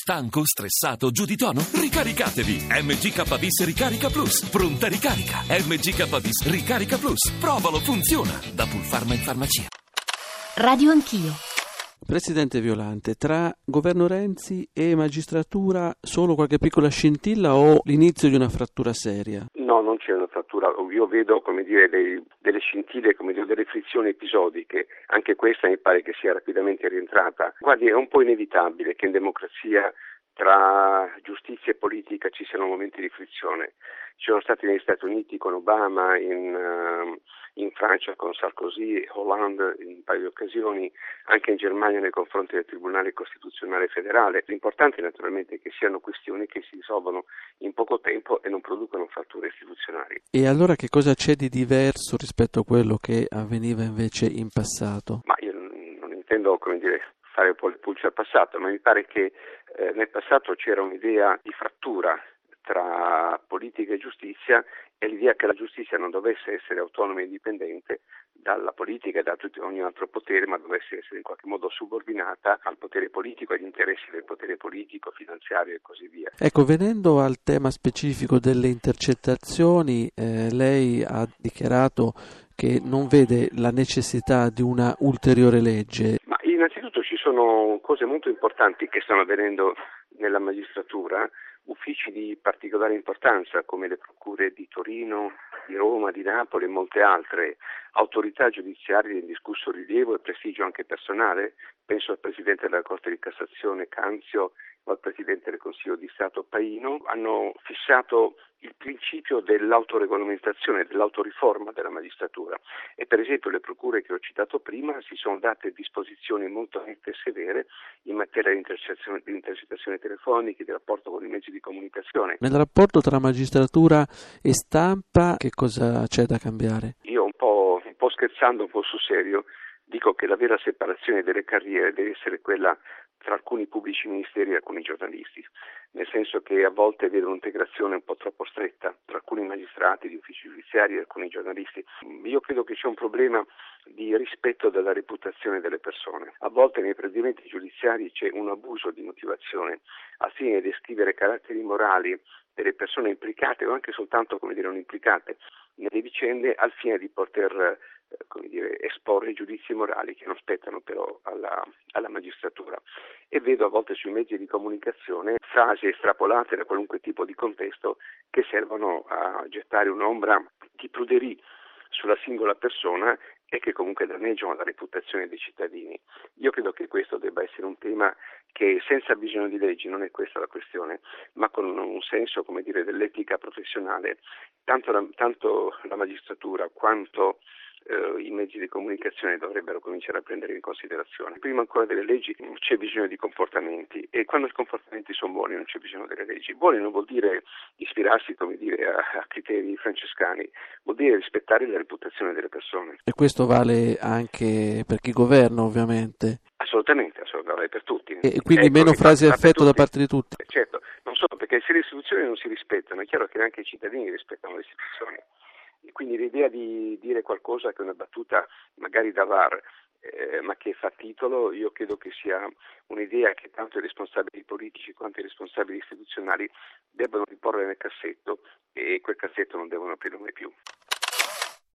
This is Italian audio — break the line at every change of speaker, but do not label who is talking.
Stanco, stressato, giù di tono? Ricaricatevi! MGKBIS Ricarica Plus. Pronta ricarica. MGKBIS Ricarica Plus. Provalo, funziona. Da Pulpharma in farmacia.
Radio Anch'io.
Presidente Violante, tra governo Renzi e magistratura solo qualche piccola scintilla o l'inizio di una frattura seria?
No, non c'è una frattura. Io vedo, delle scintille, delle frizioni episodiche. Anche questa mi pare che sia rapidamente rientrata. Guardi, è un po' inevitabile che in democrazia tra giustizia e politica ci siano momenti di frizione. Ci sono stati negli Stati Uniti con Obama, in Francia con Sarkozy, Hollande in un paio di occasioni, anche in Germania nei confronti del Tribunale Costituzionale Federale. L'importante naturalmente è che siano questioni che si risolvono in poco tempo e non producono fratture istituzionali.
E allora che cosa c'è di diverso rispetto a quello che avveniva invece in passato?
Ma io non intendo, fare un po' le pulce al passato, ma mi pare che nel passato c'era un'idea di frattura tra politica e giustizia e l'idea che la giustizia non dovesse essere autonoma e indipendente dalla politica e da ogni altro potere, ma dovesse essere in qualche modo subordinata al potere politico, agli interessi del potere politico, finanziario e così via.
Ecco, venendo al tema specifico delle intercettazioni, lei ha dichiarato che non vede la necessità di una ulteriore legge.
Ma innanzitutto ci sono cose molto importanti che stanno avvenendo nella magistratura, uffici di particolare importanza come le procure di Torino, di Roma, di Napoli e molte altre, autorità giudiziarie di indiscusso rilievo e prestigio anche personale, penso al Presidente della Corte di Cassazione Canzio o al Presidente del Consiglio di Stato Pajno, hanno fissato il principio dell'autoregolamentazione, dell'autoriforma della magistratura e per esempio le procure che ho citato prima si sono date disposizioni molto nette e severe in materia di intercettazioni telefoniche, di rapporto con i mezzi di comunicazione.
Nel rapporto tra magistratura e stampa che cosa c'è da cambiare?
Io un po' scherzando, un po' sul serio, dico che la vera separazione delle carriere deve essere quella tra alcuni pubblici ministeri e alcuni giornalisti, nel senso che a volte vedo un'integrazione un po' troppo stretta tra alcuni magistrati di uffici giudiziari e alcuni giornalisti. Io credo che c'è un problema di rispetto della reputazione delle persone. A volte nei procedimenti giudiziari c'è un abuso di motivazione al fine di descrivere caratteri morali delle persone implicate o anche soltanto, non implicate nelle vicende al fine di poter esporre giudizi morali che non spettano però alla magistratura. E vedo a volte sui mezzi di comunicazione frasi estrapolate da qualunque tipo di contesto che servono a gettare un'ombra di pruderie sulla singola persona e che comunque danneggiano la reputazione dei cittadini. Io credo che questo debba essere un tema che senza bisogno di leggi, non è questa la questione, ma con un senso, dell'etica professionale, tanto la magistratura quanto i mezzi di comunicazione dovrebbero cominciare a prendere in considerazione. Prima ancora delle leggi c'è bisogno di comportamenti e quando i comportamenti sono buoni non c'è bisogno delle leggi. Buoni non vuol dire ispirarsi a criteri francescani, vuol dire rispettare la reputazione delle persone.
E questo vale anche per chi governa, ovviamente.
Assolutamente, vale per tutti.
E quindi meno frasi a effetto da parte di tutti.
Certo, non solo perché se le istituzioni non si rispettano è chiaro che anche i cittadini rispettano le istituzioni. E quindi l'idea di dire qualcosa che è una battuta magari da VAR, ma che fa titolo, io credo che sia un'idea che tanto i responsabili politici quanto i responsabili istituzionali debbano riporre nel cassetto e quel cassetto non devono aprire mai più.